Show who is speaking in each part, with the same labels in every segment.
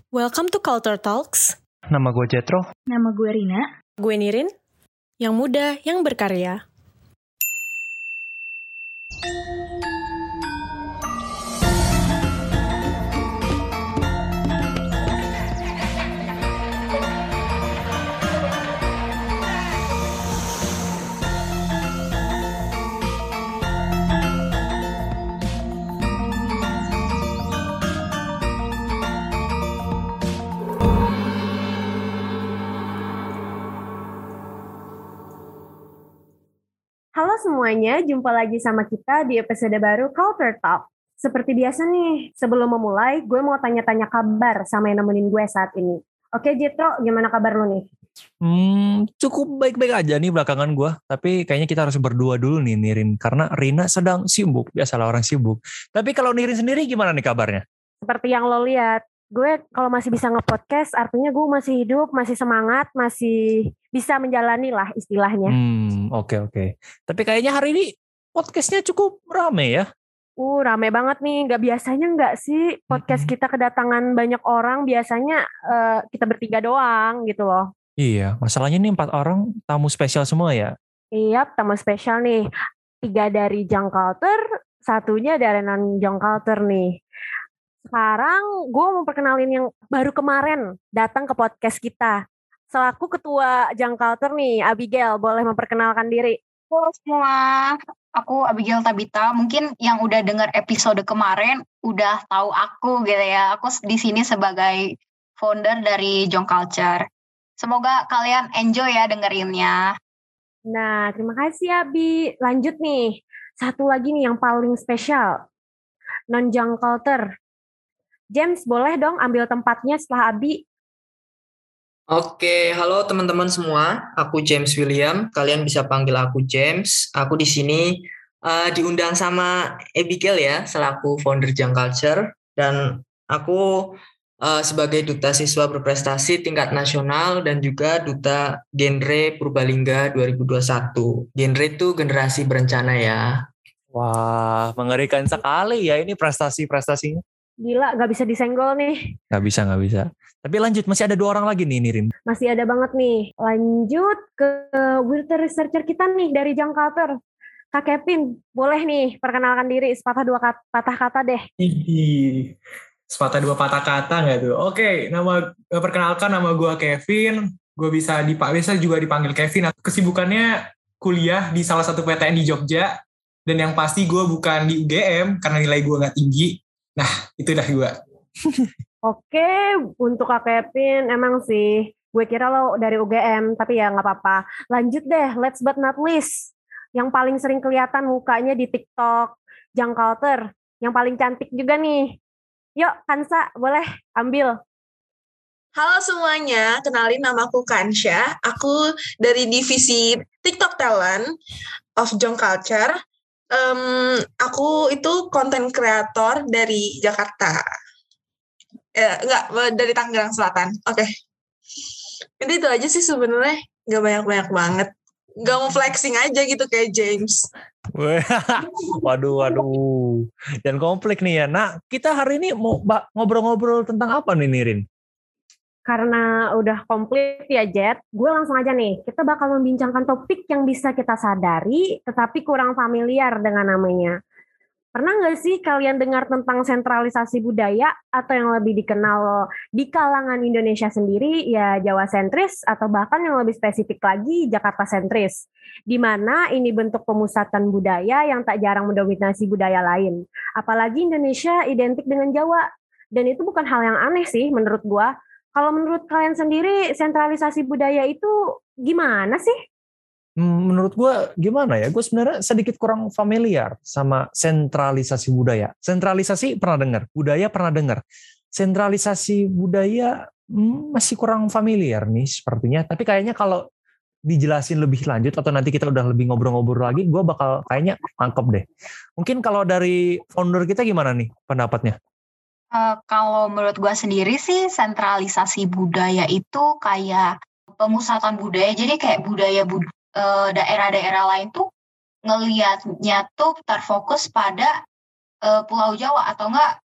Speaker 1: Welcome to Culture Talks.
Speaker 2: Nama gue Jetro.
Speaker 3: Nama gue Rina.
Speaker 1: Gue Nirin. Yang muda, yang berkarya.
Speaker 3: Halo semuanya, jumpa lagi sama kita di episode baru Culture Talk. Seperti biasa nih, sebelum memulai, gue mau tanya-tanya kabar sama yang nemenin gue saat ini. Oke Jetro, gimana kabar lo nih?
Speaker 2: Cukup baik-baik aja nih belakangan gue. Tapi kayaknya kita harus berdua dulu nih Nirin. Karena Rina sedang sibuk, biasalah orang sibuk. Tapi kalau Nirin sendiri gimana nih kabarnya?
Speaker 3: Seperti yang lo lihat, gue kalau masih bisa nge-podcast, artinya gue masih hidup, masih semangat, masih bisa menjalani lah istilahnya.
Speaker 2: Oke. Tapi kayaknya hari ini podcastnya cukup rame ya.
Speaker 3: Rame banget nih. Gak biasanya nggak sih podcast kita kedatangan banyak orang. Biasanya kita bertiga doang gitu loh.
Speaker 2: Iya, masalahnya nih 4 orang tamu spesial semua ya.
Speaker 3: Iya, tamu spesial nih. 3 dari Young Culture, 1-nya dari non-Young Culture nih. Sekarang gue mau perkenalin yang baru kemarin datang ke podcast kita. Selaku ketua Young Culture nih, Abigail, boleh memperkenalkan diri.
Speaker 4: Halo semua, aku Abigail Tabita. Mungkin yang udah dengar episode kemarin udah tahu aku gitu ya. Aku di sini sebagai founder dari Young Culture. Semoga kalian enjoy ya dengerinnya.
Speaker 3: Nah, terima kasih Abi. Lanjut nih, satu lagi nih yang paling spesial. Non-Young Culture. James, boleh dong ambil tempatnya setelah Abi.
Speaker 5: Oke, halo teman-teman semua. Aku James William. Kalian bisa panggil aku James. Aku di sini diundang sama Abigail ya, selaku founder Young Culture. Dan aku sebagai duta siswa berprestasi tingkat nasional dan juga duta genre Purbalingga 2021. Genre itu generasi berencana ya.
Speaker 2: Wah, mengerikan sekali ya ini prestasi-prestasinya.
Speaker 3: Gila, gak bisa disenggol nih.
Speaker 2: Gak bisa. Tapi lanjut, masih ada 2 orang lagi nih Nirin.
Speaker 3: Masih ada banget nih. Lanjut ke Wilter Researcher kita nih dari Young Culture. Kak Kevin, boleh nih perkenalkan diri sepatah 2 patah kata deh.
Speaker 6: Sepatah 2 patah kata nggak tuh? Oke, perkenalkan nama gue Kevin. Gue bisa juga dipanggil Kevin. Kesibukannya kuliah di salah satu PTN di Jogja. Dan yang pasti gue bukan di UGM karena nilai gue nggak tinggi. Nah, itu dah gue.
Speaker 3: Oke, untuk Kak Kevin, emang sih gue kira lo dari UGM, tapi ya nggak apa-apa. Lanjut deh, let's but not least. Yang paling sering kelihatan mukanya di TikTok, Young Culture. Yang paling cantik juga nih. Yuk, Kansa, boleh ambil.
Speaker 7: Halo semuanya, kenalin namaku Kansha. Aku dari divisi TikTok Talent of Young Culture. Aku itu konten kreator dari Jakarta. Dari Tangerang Selatan. Oke. Jadi itu aja sih sebenarnya, nggak banyak-banyak banget. Nggak mau flexing aja gitu kayak James.
Speaker 2: Waduh. Dan konflik nih ya. Nah, kita hari ini mau ngobrol-ngobrol tentang apa nih Nirin?
Speaker 3: Karena udah komplit ya Jet, gue langsung aja nih. Kita bakal membincangkan topik yang bisa kita sadari, tetapi kurang familiar dengan namanya. Pernah nggak sih kalian dengar tentang sentralisasi budaya atau yang lebih dikenal di kalangan Indonesia sendiri ya Jawa sentris atau bahkan yang lebih spesifik lagi Jakarta sentris, di mana ini bentuk pemusatan budaya yang tak jarang mendominasi budaya lain. Apalagi Indonesia identik dengan Jawa, dan itu bukan hal yang aneh sih menurut gue. Kalau menurut kalian sendiri sentralisasi budaya itu gimana sih?
Speaker 2: Menurut gue gimana ya? Gue sebenarnya sedikit kurang familiar sama sentralisasi budaya. Sentralisasi pernah dengar, budaya pernah dengar. Sentralisasi budaya masih kurang familiar nih sepertinya. Tapi kayaknya kalau dijelasin lebih lanjut atau nanti kita udah lebih ngobrol-ngobrol lagi, gue bakal kayaknya nangkep deh. Mungkin kalau dari founder kita gimana nih pendapatnya?
Speaker 4: Kalau menurut gue sendiri sih sentralisasi budaya itu kayak pemusatan budaya. Jadi kayak daerah-daerah lain tuh ngelihatnya tuh terfokus pada Pulau Jawa atau enggak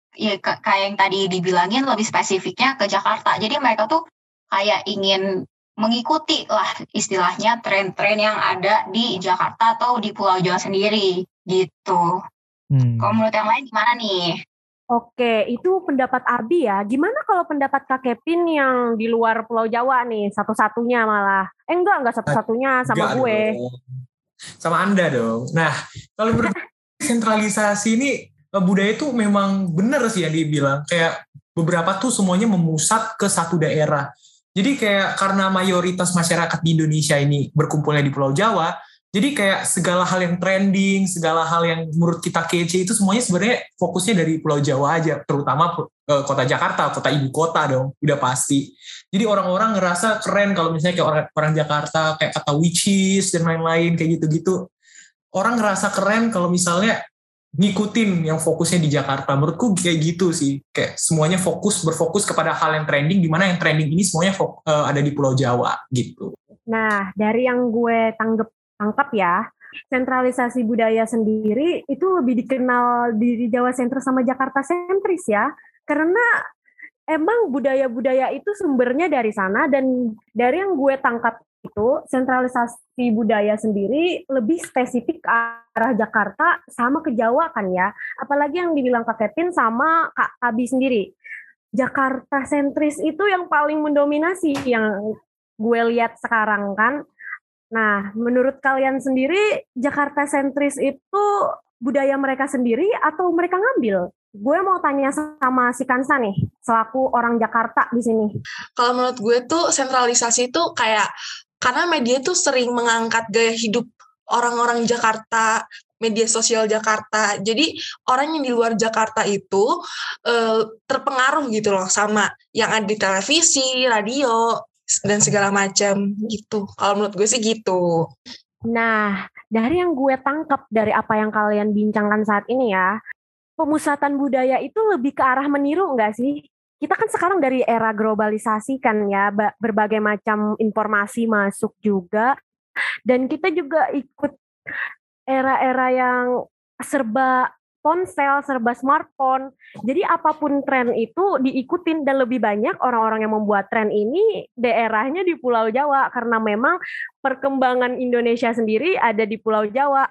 Speaker 4: ya kayak yang tadi dibilangin lebih spesifiknya ke Jakarta. Jadi mereka tuh kayak ingin mengikuti lah istilahnya tren-tren yang ada di Jakarta atau di Pulau Jawa sendiri gitu. Kalau menurut yang lain gimana nih?
Speaker 3: Oke, itu pendapat Abi ya. Gimana kalau pendapat Kak Kevin yang di luar Pulau Jawa nih, satu-satunya malah? Enggak satu-satunya sama gue.
Speaker 6: Dong. Sama Anda dong. Nah, kalau menurut sentralisasi ini budaya itu memang benar sih yang dibilang. Kayak beberapa tuh semuanya memusat ke satu daerah. Jadi kayak karena mayoritas masyarakat di Indonesia ini berkumpulnya di Pulau Jawa, jadi kayak segala hal yang trending, segala hal yang menurut kita kece itu semuanya sebenarnya fokusnya dari Pulau Jawa aja, terutama kota Jakarta, kota ibu kota dong, udah pasti. Jadi orang-orang ngerasa keren kalau misalnya kayak orang Jakarta, kayak kata witches dan lain-lain, kayak gitu-gitu. Orang ngerasa keren kalau misalnya ngikutin yang fokusnya di Jakarta. Menurutku kayak gitu sih, kayak semuanya berfokus kepada hal yang trending, di mana yang trending ini semuanya ada di Pulau Jawa gitu.
Speaker 3: Nah, dari yang gue tangkap ya, sentralisasi budaya sendiri itu lebih dikenal di Jawa sentris sama Jakarta sentris ya, karena emang budaya-budaya itu sumbernya dari sana, dan dari yang gue tangkap itu sentralisasi budaya sendiri lebih spesifik ke arah Jakarta sama ke Jawa kan ya, apalagi yang dibilang Kak Kevin sama Kak Abi sendiri. Jakarta sentris itu yang paling mendominasi yang gue lihat sekarang kan. Nah, menurut kalian sendiri, Jakarta sentris itu budaya mereka sendiri atau mereka ngambil? Gue mau tanya sama si Kansa nih, selaku orang Jakarta di sini.
Speaker 7: Kalau menurut gue tuh sentralisasi itu kayak, karena media tuh sering mengangkat gaya hidup orang-orang Jakarta, media sosial Jakarta. Jadi orang yang di luar Jakarta itu terpengaruh gitu loh sama yang ada di televisi, radio, dan segala macam gitu. Kalau menurut gue sih gitu.
Speaker 3: Nah, dari yang gue tangkap dari apa yang kalian bincangkan saat ini ya, pemusatan budaya itu lebih ke arah meniru nggak sih? Kita kan sekarang dari era globalisasi kan ya, berbagai macam informasi masuk juga, dan kita juga ikut era-era yang serba ponsel, serba smartphone. Jadi apapun tren itu diikutin, dan lebih banyak orang-orang yang membuat tren ini daerahnya di Pulau Jawa, karena memang perkembangan Indonesia sendiri ada di Pulau Jawa,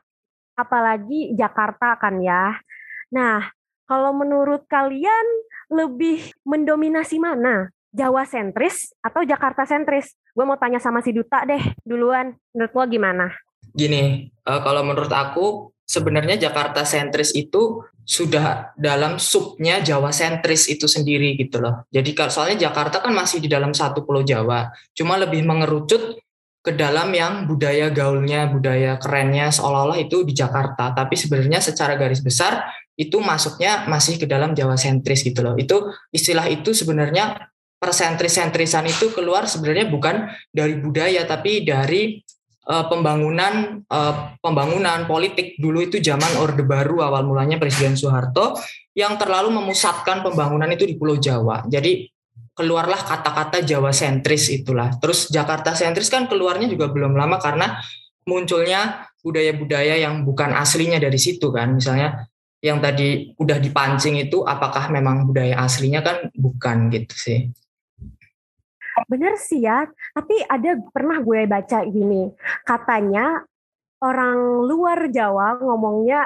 Speaker 3: apalagi Jakarta kan ya. Nah, kalau menurut kalian lebih mendominasi mana? Jawa sentris atau Jakarta sentris? Gue mau tanya sama si Duta deh duluan. Menurut lo gimana?
Speaker 5: Gini, kalau menurut aku sebenarnya Jakarta sentris itu sudah dalam subnya Jawa sentris itu sendiri gitu loh. Jadi soalnya Jakarta kan masih di dalam satu Pulau Jawa, cuma lebih mengerucut ke dalam yang budaya gaulnya, budaya kerennya seolah-olah itu di Jakarta. Tapi sebenarnya secara garis besar itu masuknya masih ke dalam Jawa sentris gitu loh. Itu istilah itu sebenarnya persentris-sentrisan itu keluar sebenarnya bukan dari budaya tapi dari pembangunan politik dulu itu zaman Orde Baru, awal mulanya Presiden Soeharto yang terlalu memusatkan pembangunan itu di Pulau Jawa. Jadi keluarlah kata-kata Jawa sentris itulah. Terus Jakarta sentris kan keluarnya juga belum lama karena munculnya budaya-budaya yang bukan aslinya dari situ kan. Misalnya yang tadi udah dipancing itu apakah memang budaya aslinya kan bukan gitu sih.
Speaker 3: Bener sih ya, tapi pernah gue baca gini, katanya orang luar Jawa ngomongnya,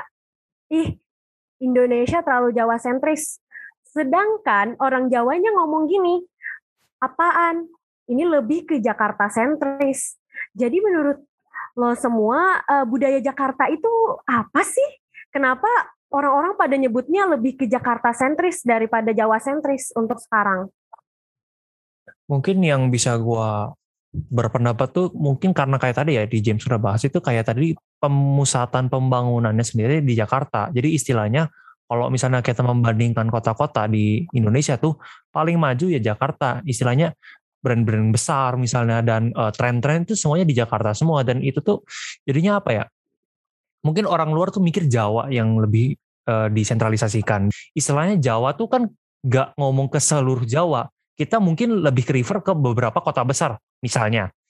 Speaker 3: Indonesia terlalu Jawa sentris. Sedangkan orang Jawanya ngomong gini, apaan? Ini lebih ke Jakarta sentris. Jadi menurut lo semua, budaya Jakarta itu apa sih? Kenapa orang-orang pada nyebutnya lebih ke Jakarta sentris daripada Jawa sentris untuk sekarang?
Speaker 2: Mungkin yang bisa gue berpendapat tuh mungkin karena kayak tadi ya di James sudah bahas itu kayak tadi pemusatan pembangunannya sendiri di Jakarta. Jadi istilahnya kalau misalnya kita membandingkan kota-kota di Indonesia tuh paling maju ya Jakarta. Istilahnya brand-brand besar misalnya dan tren-tren itu semuanya di Jakarta semua, dan itu tuh jadinya apa ya? Mungkin orang luar tuh mikir Jawa yang lebih disentralisasikan. Istilahnya Jawa tuh kan gak ngomong ke seluruh Jawa. Kita mungkin lebih refer ke beberapa kota besar misalnya.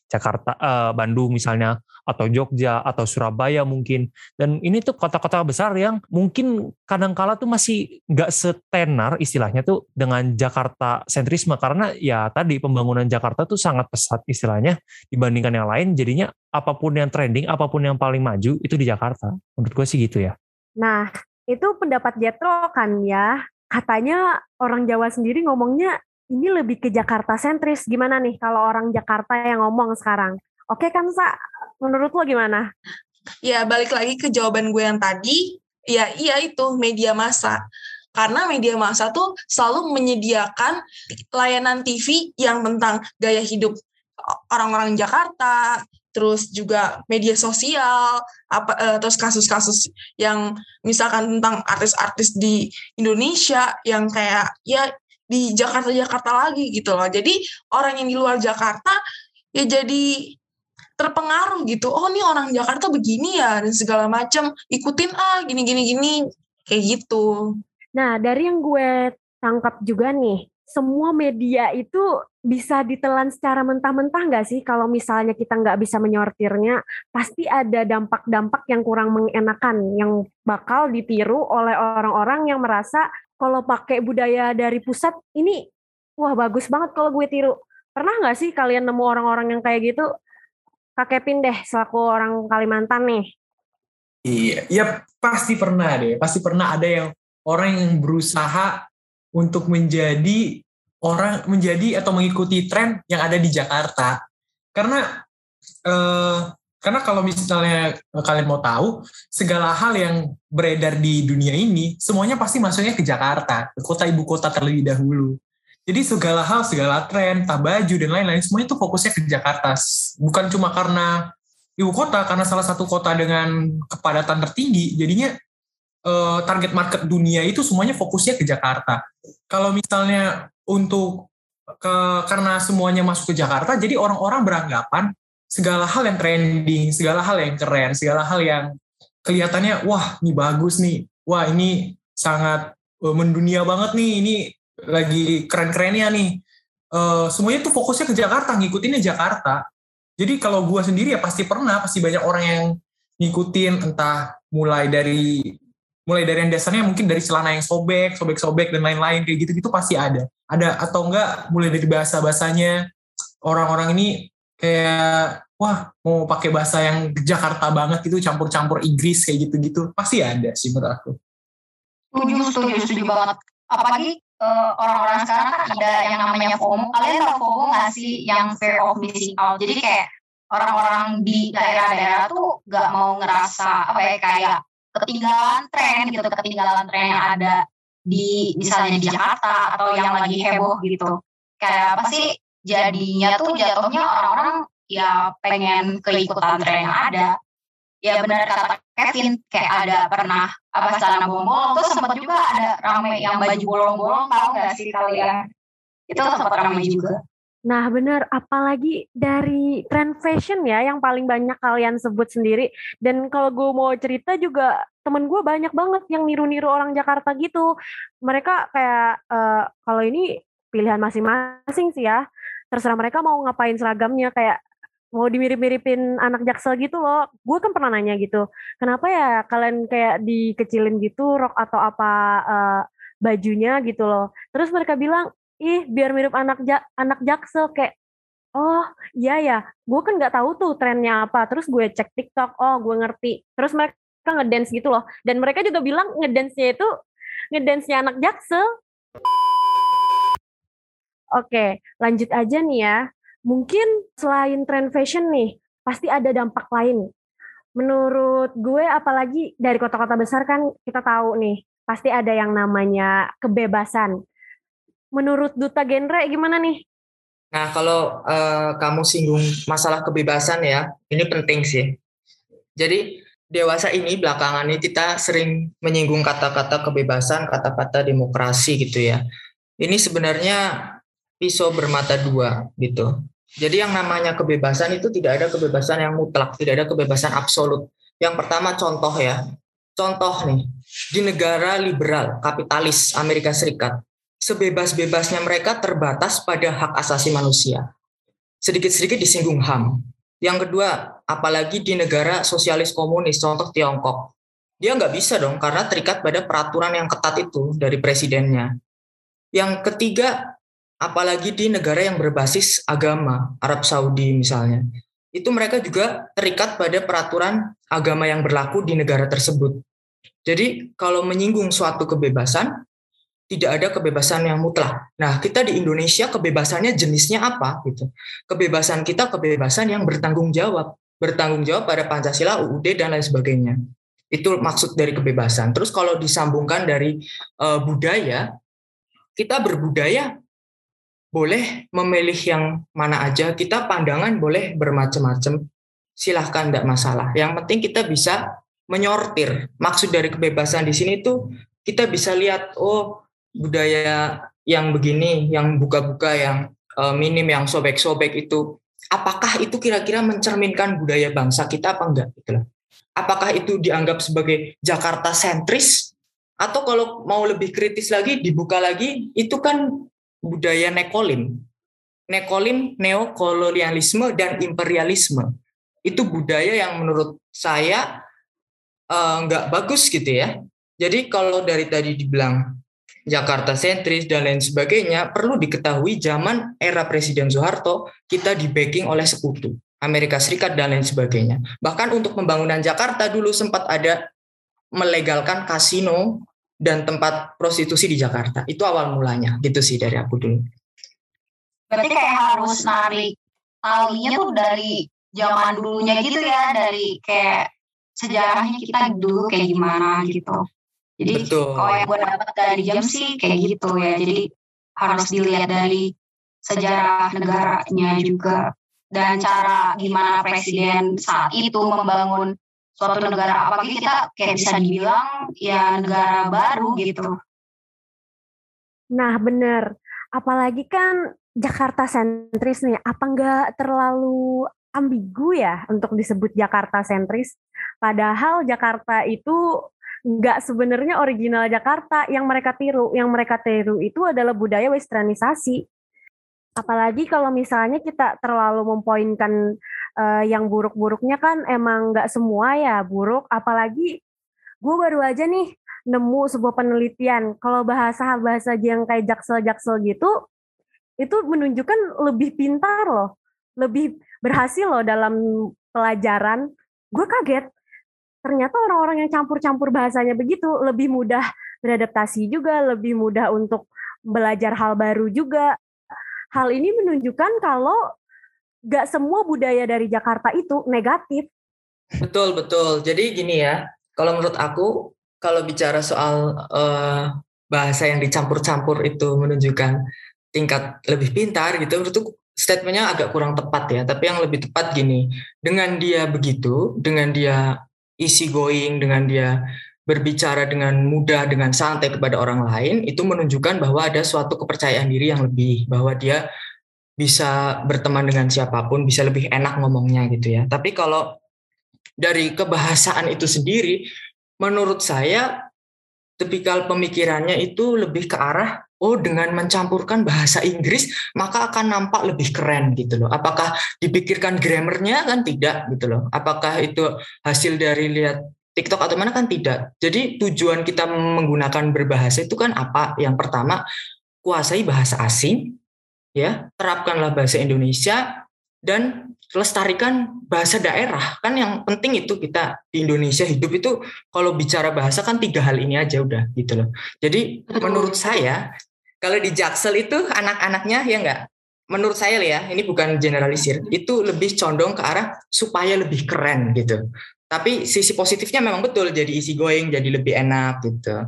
Speaker 2: Jakarta, Bandung misalnya, atau Jogja, atau Surabaya mungkin. Dan ini tuh kota-kota besar yang mungkin kadangkala tuh masih nggak setenar istilahnya tuh dengan Jakarta sentrisme. Karena ya tadi pembangunan Jakarta tuh sangat pesat istilahnya dibandingkan yang lain. Jadinya apapun yang trending, apapun yang paling maju itu di Jakarta. Menurut gue sih gitu ya.
Speaker 3: Nah, itu pendapat Jetro kan ya. Katanya orang Jawa sendiri ngomongnya ini lebih ke Jakarta sentris. Gimana nih kalau orang Jakarta yang ngomong sekarang? Oke kan, Sa? Menurut lo gimana?
Speaker 7: Ya, balik lagi ke jawaban gue yang tadi. Ya, iya itu media massa. Karena media massa tuh selalu menyediakan layanan TV yang tentang gaya hidup orang-orang Jakarta, terus juga media sosial, terus kasus-kasus yang misalkan tentang artis-artis di Indonesia yang kayak ya di Jakarta lagi gitu loh. Jadi orang yang di luar Jakarta ya jadi terpengaruh gitu. Oh, nih orang Jakarta begini ya dan segala macam. Ikutin gini kayak gitu.
Speaker 3: Nah, dari yang gue tangkap juga nih, semua media itu bisa ditelan secara mentah-mentah nggak sih? Kalau misalnya kita nggak bisa menyortirnya, pasti ada dampak-dampak yang kurang mengenakan, yang bakal ditiru oleh orang-orang yang merasa kalau pakai budaya dari pusat, ini wah bagus banget kalau gue tiru. Pernah nggak sih kalian nemu orang-orang yang kayak gitu? Kak Kevin deh, selaku orang Kalimantan nih.
Speaker 6: Iya, ya pasti pernah deh. Pasti pernah ada yang orang yang berusaha untuk menjadi atau mengikuti tren yang ada di Jakarta. Karena kalau misalnya kalian mau tahu, segala hal yang beredar di dunia ini, semuanya pasti masuknya ke Jakarta, ke kota ibu kota terlebih dahulu. Jadi segala hal, segala tren, entah baju dan lain-lain, semuanya itu fokusnya ke Jakarta. Bukan cuma karena ibu kota, karena salah satu kota dengan kepadatan tertinggi, jadinya target market dunia itu semuanya fokusnya ke Jakarta. Kalau misalnya karena semuanya masuk ke Jakarta, jadi orang-orang beranggapan segala hal yang trending, segala hal yang keren, segala hal yang kelihatannya, wah ini bagus nih, wah ini sangat mendunia banget nih, ini lagi keren-kerennya nih. Semuanya tuh fokusnya ke Jakarta, ngikutinnya Jakarta. Jadi kalau gue sendiri ya pasti banyak orang yang ngikutin, entah mulai dari yang dasarnya mungkin dari celana yang sobek dan lain-lain kayak gitu-gitu pasti ada atau enggak mulai dari bahasa-bahasanya orang-orang ini kayak wah mau pakai bahasa yang Jakarta banget gitu, campur-campur Inggris kayak gitu-gitu pasti ada sih menurut aku.
Speaker 4: Setuju banget. Apalagi orang-orang sekarang kan ada yang namanya FOMO. Kalian tahu FOMO nggak sih, yang fear of missing out? Jadi kayak orang-orang di daerah-daerah tuh nggak mau ngerasa kayak ketinggalan tren yang ada di misalnya di Jakarta atau yang lagi heboh gitu. Kayak apa sih jadinya tuh jatuhnya orang-orang ya pengen keikutan tren yang ada. Ya benar kata Kevin, kayak ada pernah celana bolong-bolong, terus sempat juga ada rame yang baju bolong-bolong, tahu nggak sih kalian? Itu sempat rame juga.
Speaker 3: Nah benar, apalagi dari tren fashion ya yang paling banyak kalian sebut sendiri. Dan kalau gue mau cerita juga temen gue banyak banget yang niru-niru orang Jakarta gitu. Mereka kayak kalau ini pilihan masing-masing sih ya. Terserah mereka mau ngapain seragamnya, kayak mau dimirip-miripin anak Jaksel gitu loh. Gue kan pernah nanya gitu, kenapa ya kalian kayak dikecilin gitu rok atau apa bajunya gitu loh. Terus mereka bilang, ih biar mirip anak Jaksel. Kayak oh iya ya, gue kan nggak tahu tuh trennya apa. Terus gue cek TikTok, oh gue ngerti. Terus mereka ngedance gitu loh. Dan mereka juga bilang ngedance-nya itu ngedance-nya anak Jaksel. Oke, lanjut aja nih ya. Mungkin selain tren fashion nih, pasti ada dampak lain. Menurut gue, apalagi dari kota-kota besar kan kita tahu nih, pasti ada yang namanya kebebasan. Menurut Duta Genre gimana nih?
Speaker 5: Nah, kalau kamu singgung masalah kebebasan ya, ini penting sih. Jadi dewasa ini belakangan ini kita sering menyinggung kata-kata kebebasan, kata-kata demokrasi gitu ya. Ini sebenarnya pisau bermata dua gitu. Jadi yang namanya kebebasan itu tidak ada kebebasan yang mutlak, tidak ada kebebasan absolut. Yang pertama contoh ya. Contoh nih, di negara liberal, kapitalis Amerika Serikat, sebebas-bebasnya mereka terbatas pada hak asasi manusia. sedikit-sedikit disinggung HAM. Yang kedua, apalagi di negara sosialis komunis, contoh Tiongkok. Dia nggak bisa dong, karena terikat pada peraturan yang ketat itu dari presidennya. Yang ketiga, apalagi di negara yang berbasis agama, Arab Saudi misalnya. Itu mereka juga terikat pada peraturan agama yang berlaku di negara tersebut. Jadi kalau menyinggung suatu kebebasan, tidak ada kebebasan yang mutlak. Nah, kita di Indonesia kebebasannya jenisnya apa gitu? Kebebasan kita kebebasan yang bertanggung jawab pada Pancasila, UUD dan lain sebagainya. Itu maksud dari kebebasan. Terus kalau disambungkan dari budaya, kita berbudaya boleh memilih yang mana aja, kita pandangan boleh bermacam-macam, silahkan, tidak masalah. Yang penting kita bisa menyortir. Maksud dari kebebasan di sini tuh kita bisa lihat, oh budaya yang begini, yang buka-buka, yang minim, yang sobek-sobek itu, apakah itu kira-kira mencerminkan budaya bangsa kita apa enggak? Gitu loh. Apakah itu dianggap sebagai Jakarta sentris? Atau kalau mau lebih kritis lagi, dibuka lagi, itu kan budaya nekolim, neokolonialisme dan imperialisme. Itu budaya yang menurut saya nggak bagus gitu ya. Jadi kalau dari tadi dibilang Jakarta sentris dan lain sebagainya, perlu diketahui zaman era Presiden Soeharto kita di backing oleh sekutu, Amerika Serikat dan lain sebagainya. Bahkan untuk pembangunan Jakarta dulu sempat ada melegalkan kasino dan tempat prostitusi di Jakarta. Itu awal mulanya, gitu sih dari aku dulu.
Speaker 4: Berarti kayak harus narik talinya tuh dari zaman dulunya gitu ya, dari kayak sejarahnya kita dulu kayak gimana gitu. Jadi kalau yang gue dapat dari jam sih kayak gitu ya. Jadi harus dilihat dari sejarah negaranya juga dan cara gimana presiden saat itu membangun suatu negara, apalagi kita kayak bisa dibilang ya negara baru gitu.
Speaker 3: Nah bener, apalagi kan Jakarta sentris nih, apa nggak terlalu ambigu ya untuk disebut Jakarta sentris? Padahal Jakarta itu nggak sebenarnya original Jakarta yang mereka tiru. Yang mereka tiru itu adalah budaya westernisasi. Apalagi kalau misalnya kita terlalu mempoinkan yang buruk-buruknya, kan emang nggak semua ya buruk. Apalagi gue baru aja nih nemu sebuah penelitian, kalau bahasa yang kayak jaksel-jaksel gitu, itu menunjukkan lebih pintar loh, lebih berhasil loh dalam pelajaran. Gue kaget, ternyata orang-orang yang campur-campur bahasanya begitu, lebih mudah beradaptasi juga, lebih mudah untuk belajar hal baru juga. Hal ini menunjukkan kalau gak semua budaya dari Jakarta itu negatif.
Speaker 5: Betul. Jadi gini ya, kalau menurut aku, kalau bicara soal bahasa yang dicampur-campur itu menunjukkan tingkat lebih pintar gitu, menurutku statementnya agak kurang tepat ya. Tapi yang lebih tepat gini, dengan dia begitu, dengan dia easy going, dengan dia berbicara dengan mudah, dengan santai kepada orang lain, itu menunjukkan bahwa ada suatu kepercayaan diri yang lebih, bahwa dia bisa berteman dengan siapapun, bisa lebih enak ngomongnya gitu ya. Tapi kalau dari kebahasaan itu sendiri, menurut saya tipikal pemikirannya itu lebih ke arah, oh dengan mencampurkan bahasa Inggris maka akan nampak lebih keren gitu loh. Apakah dipikirkan grammarnya? Kan tidak gitu loh. Apakah itu hasil dari lihat TikTok atau mana? Kan tidak. Jadi tujuan kita menggunakan berbahasa itu kan apa? Yang pertama, kuasai bahasa asing, ya, terapkanlah bahasa Indonesia dan lestarikan bahasa daerah. Kan yang penting itu kita di Indonesia hidup itu kalau bicara bahasa kan 3 hal ini aja udah gitu loh. Jadi menurut saya kalau di Jaksel itu anak-anaknya ya enggak, menurut saya ya, ini bukan generalisir, itu lebih condong ke arah supaya lebih keren gitu. Tapi sisi positifnya memang betul, jadi easy going, jadi lebih enak gitu.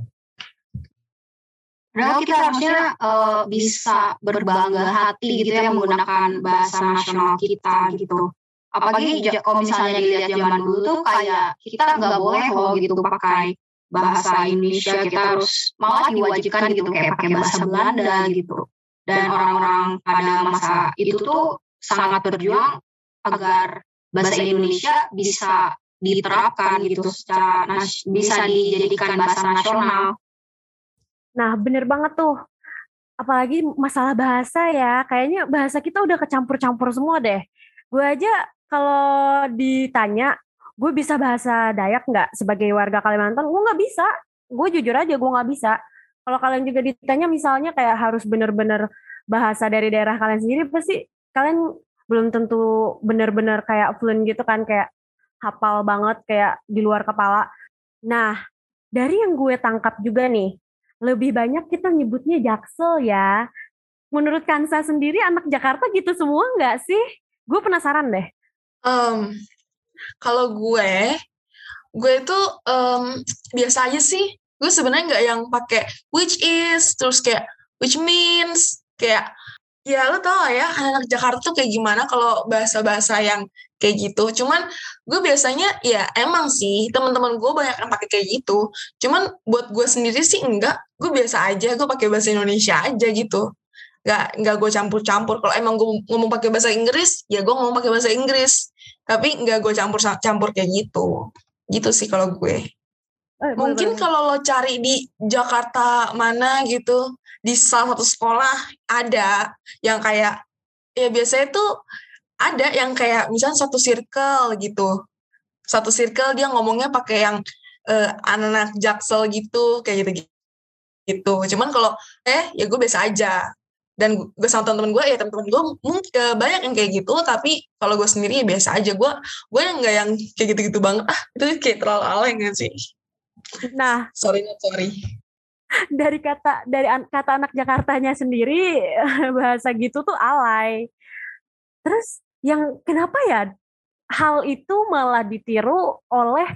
Speaker 4: Padahal kita harusnya bisa berbangga hati gitu ya menggunakan bahasa nasional kita gitu. Apalagi kalau misalnya dilihat zaman dulu tuh kayak kita nggak boleh loh gitu pakai bahasa Indonesia, kita harus malah diwajibkan gitu kayak pakai bahasa Belanda gitu. Dan orang-orang pada masa itu tuh sangat berjuang agar bahasa Indonesia bisa diterapkan gitu, secara bisa dijadikan bahasa nasional.
Speaker 3: Nah, bener banget tuh. apalagi masalah bahasa ya, kayaknya bahasa kita udah kecampur-campur semua deh. Gue aja kalau ditanya, gue bisa bahasa Dayak nggak sebagai warga Kalimantan? Gue nggak bisa. Gue jujur aja gue nggak bisa. Kalau kalian juga ditanya misalnya kayak harus bener-bener bahasa dari daerah kalian sendiri, pasti kalian belum tentu bener-bener kayak fluent gitu kan, kayak hafal banget kayak di luar kepala. Nah, dari yang gue tangkap juga nih, lebih banyak kita nyebutnya Jaksel ya. Menurut Kansa sendiri anak Jakarta gitu semua nggak sih? Gue penasaran deh.
Speaker 7: Kalau gue itu biasa aja sih. Gue sebenarnya nggak yang pakai which is, terus kayak which means, kayak ya lo tau lah ya anak Jakarta tuh kayak gimana kalau bahasa-bahasa yang kayak gitu. Cuman gue biasanya ya emang sih teman-teman gue banyak yang pakai kayak gitu. Cuman buat gue sendiri sih enggak. Gue biasa aja, gue pakai bahasa Indonesia aja gitu. Nggak gue campur-campur. Kalau emang gue ngomong pakai bahasa Inggris, ya gue ngomong pakai bahasa Inggris. Tapi nggak gue campur-campur kayak gitu. Gitu sih kalau gue. Mungkin kalau lo cari di Jakarta mana gitu, di salah satu sekolah ada yang kayak, ya biasanya tuh ada yang kayak misalnya satu circle gitu. Satu circle dia ngomongnya pakai yang anak Jaksel gitu, kayak gitu. Cuman kalau ya gue biasa aja. Dan gue sama temen-temen gue, ya temen-temen gue mungkin banyak yang kayak gitu, tapi kalau gue sendiri ya biasa aja. Gue yang nggak yang kayak gitu-gitu banget. Itu kayak terlalu alay nggak sih?
Speaker 3: Nah,
Speaker 7: sorry.
Speaker 3: Dari kata anak Jakartanya sendiri bahasa gitu tuh alay. Terus yang kenapa ya hal itu malah ditiru oleh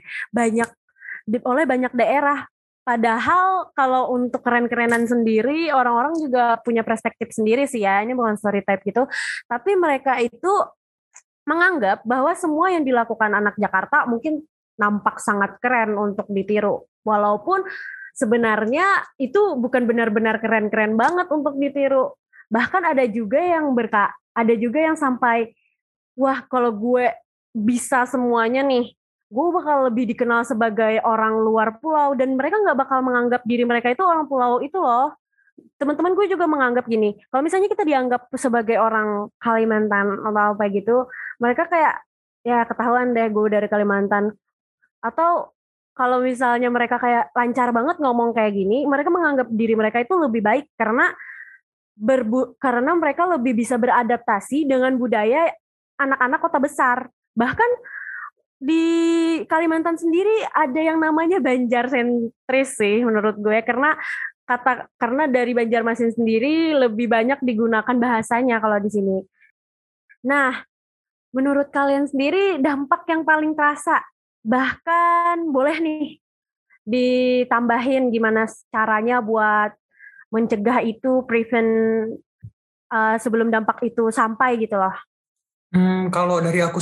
Speaker 3: banyak daerah. Padahal kalau untuk keren-kerenan sendiri, orang-orang juga punya perspektif sendiri sih ya. Ini bukan stereotype gitu. Tapi mereka itu menganggap bahwa semua yang dilakukan anak Jakarta mungkin nampak sangat keren untuk ditiru. Walaupun sebenarnya itu bukan benar-benar keren-keren banget untuk ditiru. Bahkan ada juga yang sampai, wah kalau gue bisa semuanya nih, gue bakal lebih dikenal sebagai orang luar pulau, dan mereka nggak bakal menganggap diri mereka itu orang pulau itu loh. Teman-teman gue juga menganggap gini, kalau misalnya kita dianggap sebagai orang Kalimantan atau apa gitu, mereka kayak, ya ketahuan deh gue dari Kalimantan. Atau kalau misalnya mereka kayak lancar banget ngomong kayak gini, mereka menganggap diri mereka itu lebih baik karena mereka lebih bisa beradaptasi dengan budaya anak-anak kota besar. Bahkan di Kalimantan sendiri ada yang namanya Banjar sentris sih menurut gue, karena dari Banjarmasin sendiri lebih banyak digunakan bahasanya kalau di sini. Nah, menurut kalian sendiri dampak yang paling terasa, bahkan boleh nih ditambahin gimana caranya buat mencegah itu, prevent sebelum dampak itu sampai gitu loh.
Speaker 6: Kalau dari aku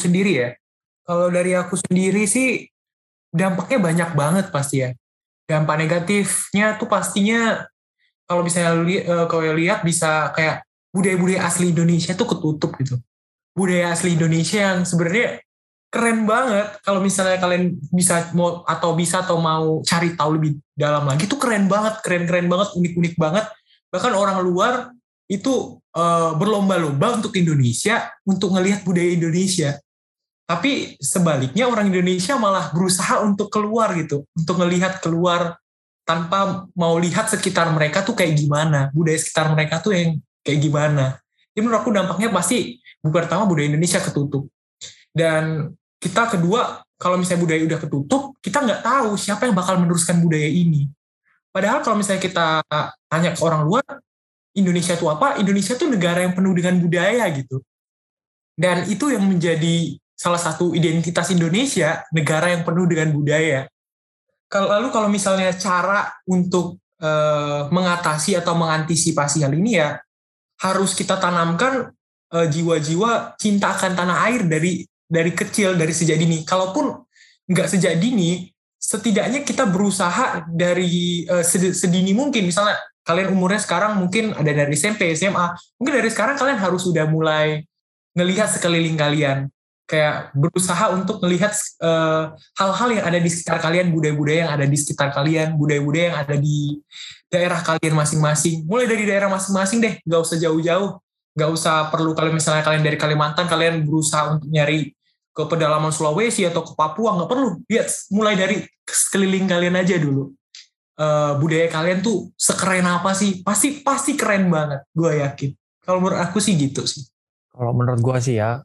Speaker 6: sendiri sih dampaknya banyak banget pasti ya. Dampak negatifnya tuh pastinya kalau misalnya lihat bisa kayak budaya-budaya asli Indonesia tuh ketutup gitu. Budaya asli Indonesia yang sebenarnya keren banget. Kalau misalnya kalian bisa mau cari tahu lebih dalam lagi tuh keren banget, unik-unik banget. Bahkan orang luar itu berlomba-lomba untuk Indonesia, untuk ngelihat budaya Indonesia. Tapi sebaliknya orang Indonesia malah berusaha untuk keluar gitu, untuk ngelihat keluar tanpa mau lihat sekitar mereka tuh kayak gimana, budaya sekitar mereka tuh yang kayak gimana. Jadi menurut aku dampaknya pasti pertama budaya Indonesia ketutup. Dan kita kedua, kalau misalnya budaya udah ketutup, kita nggak tahu siapa yang bakal meneruskan budaya ini. Padahal kalau misalnya kita tanya ke orang luar, Indonesia itu apa? Indonesia itu negara yang penuh dengan budaya gitu. Dan itu yang menjadi salah satu identitas Indonesia, negara yang penuh dengan budaya. Lalu kalau misalnya cara untuk mengatasi atau mengantisipasi hal ini ya, harus kita tanamkan jiwa-jiwa cinta akan tanah air dari kecil, dari sejak dini. Kalaupun nggak sejak dini, setidaknya kita berusaha dari sedini mungkin. Misalnya kalian umurnya sekarang mungkin ada dari SMP, SMA, mungkin dari sekarang kalian harus sudah mulai ngelihat sekeliling kalian. kayak berusaha untuk melihat hal-hal yang ada di sekitar kalian, budaya-budaya yang ada di sekitar kalian, budaya-budaya yang ada di daerah kalian masing-masing. Mulai dari daerah masing-masing deh, nggak usah jauh-jauh. Nggak usah perlu kalau misalnya kalian dari Kalimantan, kalian berusaha untuk nyari ke pedalaman Sulawesi atau ke Papua, nggak perlu. Lihat, mulai dari sekeliling kalian aja dulu. Budaya kalian tuh sekeren apa sih? Pasti keren banget, gue yakin. Kalau menurut aku sih gitu sih.
Speaker 2: Kalau menurut gue sih ya,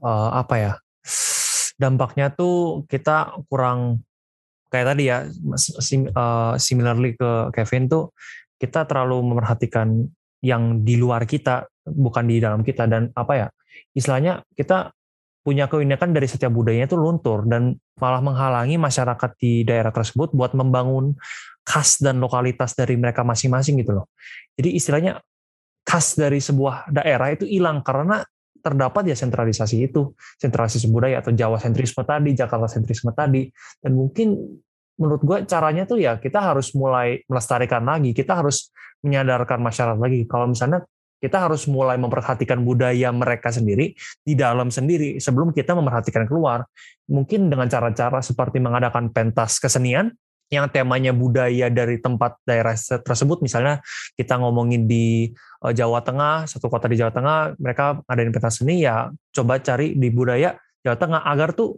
Speaker 2: dampaknya tuh kita kurang, kayak tadi ya, similarly ke Kevin tuh, kita terlalu memerhatikan yang di luar kita, bukan di dalam kita. Dan istilahnya kita punya keunikan dari setiap budayanya itu luntur, dan malah menghalangi masyarakat di daerah tersebut buat membangun khas dan lokalitas dari mereka masing-masing gitu loh. Jadi istilahnya khas dari sebuah daerah itu hilang karena terdapat ya sentralisasi budaya atau Jawa sentrisme tadi, Jakarta sentrisme tadi. Dan mungkin menurut gue caranya tuh ya kita harus mulai melestarikan lagi, kita harus menyadarkan masyarakat lagi kalau misalnya kita harus mulai memperhatikan budaya mereka sendiri di dalam sendiri sebelum kita memperhatikan keluar. Mungkin dengan cara-cara seperti mengadakan pentas kesenian yang temanya budaya dari tempat daerah tersebut. Misalnya kita ngomongin di Jawa Tengah, satu kota di Jawa Tengah, mereka ngadain pentas seni, ya coba cari di budaya Jawa Tengah agar tuh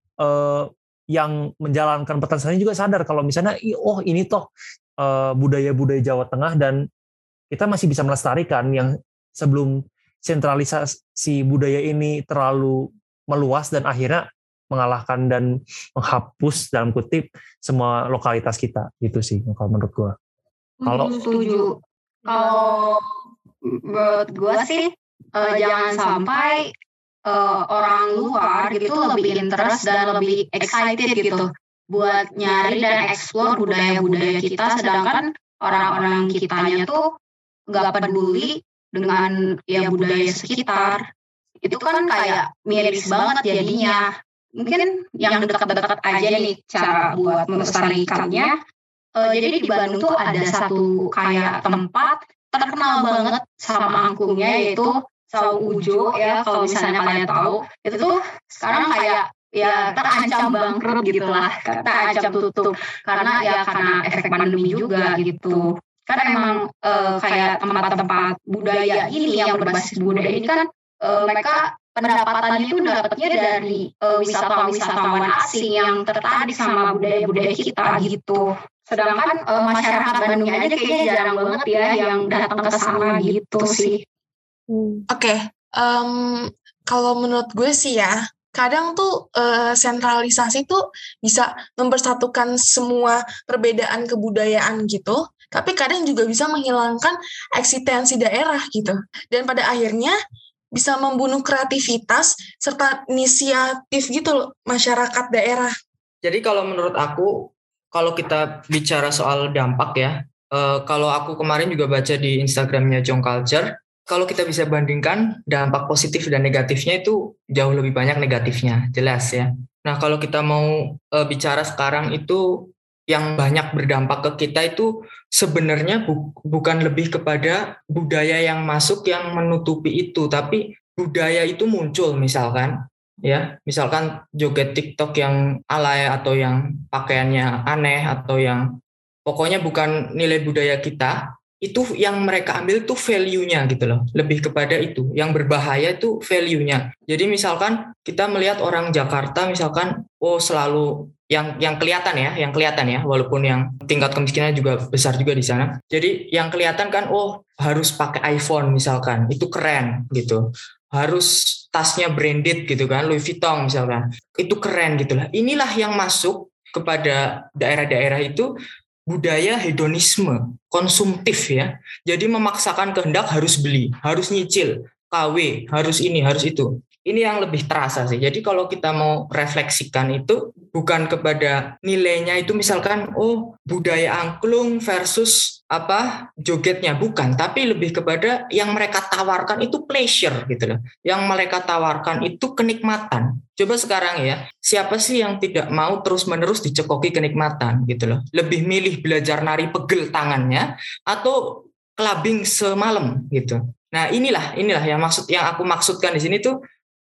Speaker 2: yang menjalankan pentas seni juga sadar kalau misalnya ini toh budaya-budaya Jawa Tengah, dan kita masih bisa melestarikan yang sebelum sentralisasi budaya ini terlalu meluas dan akhirnya mengalahkan dan menghapus dalam kutip semua lokalitas kita. Gitu sih kalau menurut gue. Kalau
Speaker 4: setuju. Kalau menurut gue sih jangan sampai orang luar gitu lebih interest dan lebih excited gitu buat nyari dan explore budaya-budaya kita, sedangkan orang-orang kitanya tuh nggak peduli dengan ya budaya sekitar. Itu kan kayak miris banget jadinya. Mungkin yang dekat-dekat aja nih cara buat melestarikannya. Jadi di Bandung tuh ada satu kayak tempat terkenal banget sama angklungnya, yaitu Saung Ujo ya, kalau misalnya kalian tahu. Itu tuh sekarang kayak ya terancam bangkrut gitu lah, terancam tutup karena efek pandemi juga gitu. Kan emang kayak tempat-tempat budaya ini yang berbasis budaya ini kan mereka pendapatannya itu dapatnya dari wisatawan asing yang tertarik sama budaya-budaya kita gitu. Sedangkan masyarakat Bandungnya aja kayaknya jarang banget ya yang datang ke sana gitu sih.
Speaker 7: Oke, kalau menurut gue sih ya, kadang tuh sentralisasi tuh bisa mempersatukan semua perbedaan kebudayaan gitu, tapi kadang juga bisa menghilangkan eksistensi daerah gitu. Dan pada akhirnya bisa membunuh kreativitas serta inisiatif gitu loh masyarakat daerah.
Speaker 5: Jadi kalau menurut aku, kalau kita bicara soal dampak ya, kalau aku kemarin juga baca di Instagramnya Jong Culture, kalau kita bisa bandingkan dampak positif dan negatifnya itu jauh lebih banyak negatifnya, jelas ya. Nah kalau kita mau bicara sekarang itu yang banyak berdampak ke kita itu sebenarnya bukan lebih kepada budaya yang masuk yang menutupi itu, tapi budaya itu muncul misalkan joget TikTok yang alay atau yang pakaiannya aneh atau yang pokoknya bukan nilai budaya kita, itu yang mereka ambil tuh value-nya gitu loh, lebih kepada itu. Yang berbahaya itu value-nya. Jadi misalkan kita melihat orang Jakarta misalkan selalu yang kelihatan ya, walaupun yang tingkat kemiskinan juga besar juga di sana. Jadi yang kelihatan kan harus pakai iPhone misalkan, itu keren gitu. Harus tasnya branded gitu kan, Louis Vuitton misalkan. Itu keren gitu lah.Inilah yang masuk kepada daerah-daerah itu budaya hedonisme, konsumtif ya. Jadi memaksakan kehendak harus beli, harus nyicil, KW, harus ini, harus itu. Ini yang lebih terasa sih. Jadi kalau kita mau refleksikan itu bukan kepada nilainya itu misalkan budaya angklung versus jogetnya, bukan, tapi lebih kepada yang mereka tawarkan itu pleasure gitu loh. Yang mereka tawarkan itu kenikmatan. Coba sekarang ya, siapa sih yang tidak mau terus-menerus dicekoki kenikmatan gitu loh. Lebih milih belajar nari pegel tangannya atau clubbing semalam gitu. Nah, inilah yang aku maksudkan di sini tuh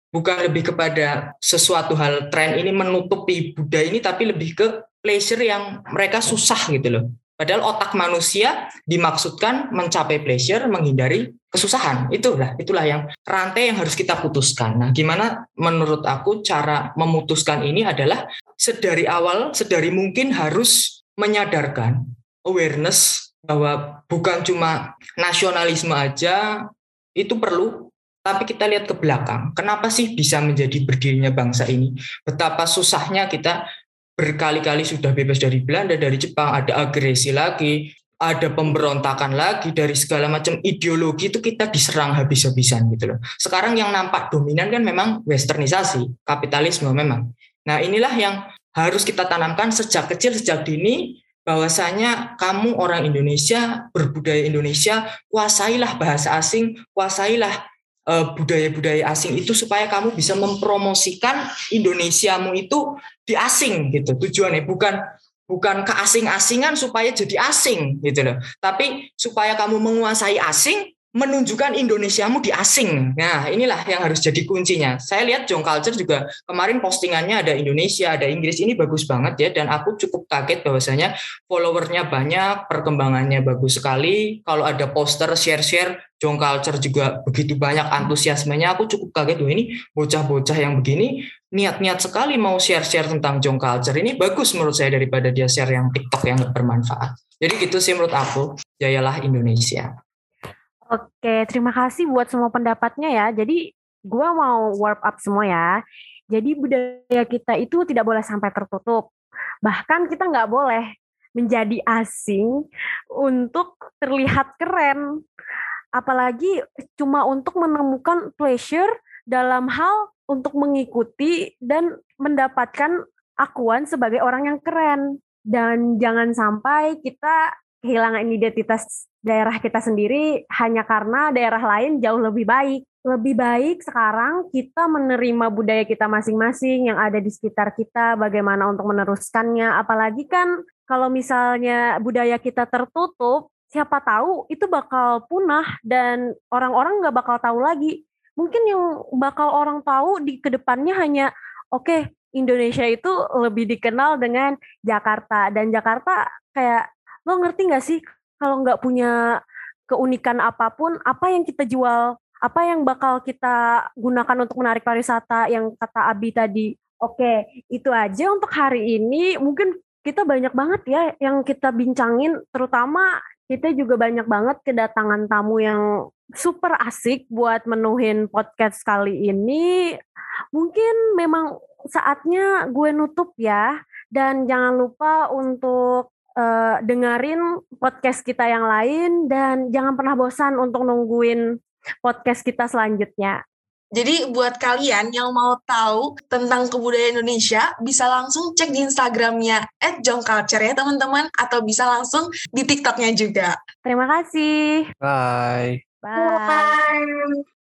Speaker 5: bukan lebih kepada sesuatu hal tren ini menutupi budaya ini, tapi lebih ke pleasure yang mereka susah gitu loh. Padahal otak manusia dimaksudkan mencapai pleasure, menghindari kesusahan. Itulah yang rantai yang harus kita putuskan. Nah, gimana menurut aku cara memutuskan ini adalah sedari awal, sedari mungkin harus menyadarkan awareness bahwa bukan cuma nasionalisme aja itu perlu, tapi kita lihat ke belakang. Kenapa sih bisa menjadi berdirinya bangsa ini? Betapa susahnya kita berkali-kali sudah bebas dari Belanda, dari Jepang, ada agresi lagi, ada pemberontakan lagi, dari segala macam ideologi itu kita diserang habis-habisan gitu loh. Sekarang yang nampak dominan kan memang westernisasi, kapitalisme memang. Nah, inilah yang harus kita tanamkan sejak kecil, sejak dini, bahwasanya kamu orang Indonesia, berbudaya Indonesia, kuasailah bahasa asing, kuasailah budaya-budaya asing itu supaya kamu bisa mempromosikan Indonesiamu itu di asing gitu. Tujuannya bukan keasing-asingan supaya jadi asing gitu loh. Tapi supaya kamu menguasai asing, menunjukkan Indonesiamu di asing. Nah, inilah yang harus jadi kuncinya. Saya lihat Jong Culture juga kemarin postingannya ada Indonesia, ada Inggris, ini bagus banget ya. Dan aku cukup kaget bahwasanya followernya banyak, perkembangannya bagus sekali. Kalau ada poster share-share Jong Culture juga begitu banyak antusiasmenya. Aku cukup kaget, wah ini bocah-bocah yang begini niat-niat sekali mau share-share tentang Jong Culture. Ini bagus menurut saya daripada dia share yang TikTok yang gak bermanfaat. Jadi gitu sih menurut aku, jayalah Indonesia.
Speaker 3: Oke, terima kasih buat semua pendapatnya ya. Jadi gue mau warm up semua ya. Jadi budaya kita itu tidak boleh sampai tertutup. Bahkan kita nggak boleh menjadi asing untuk terlihat keren. Apalagi cuma untuk menemukan pleasure dalam hal untuk mengikuti dan mendapatkan akuan sebagai orang yang keren. Dan jangan sampai kita kehilangan identitas daerah kita sendiri hanya karena daerah lain jauh lebih baik. Lebih baik sekarang kita menerima budaya kita masing-masing yang ada di sekitar kita, bagaimana untuk meneruskannya. Apalagi kan kalau misalnya budaya kita tertutup, siapa tahu itu bakal punah dan orang-orang nggak bakal tahu lagi. Mungkin yang bakal orang tahu di kedepannya hanya, oke, Indonesia itu lebih dikenal dengan Jakarta. Dan Jakarta kayak, lo ngerti nggak sih kalau nggak punya keunikan apapun, apa yang kita jual, apa yang bakal kita gunakan untuk menarik pariwisata yang kata Abi tadi. Oke, itu aja untuk hari ini. Mungkin kita banyak banget ya yang kita bincangin, terutama kita juga banyak banget kedatangan tamu yang super asik buat menuhin podcast kali ini. Mungkin memang saatnya gue nutup ya, dan jangan lupa untuk dengerin podcast kita yang lain dan jangan pernah bosan untuk nungguin podcast kita selanjutnya.
Speaker 7: Jadi buat kalian yang mau tahu tentang kebudayaan Indonesia, bisa langsung cek di Instagramnya @jongculture ya teman-teman, atau bisa langsung di TikToknya juga.
Speaker 3: Terima kasih.
Speaker 2: Bye.
Speaker 3: Bye.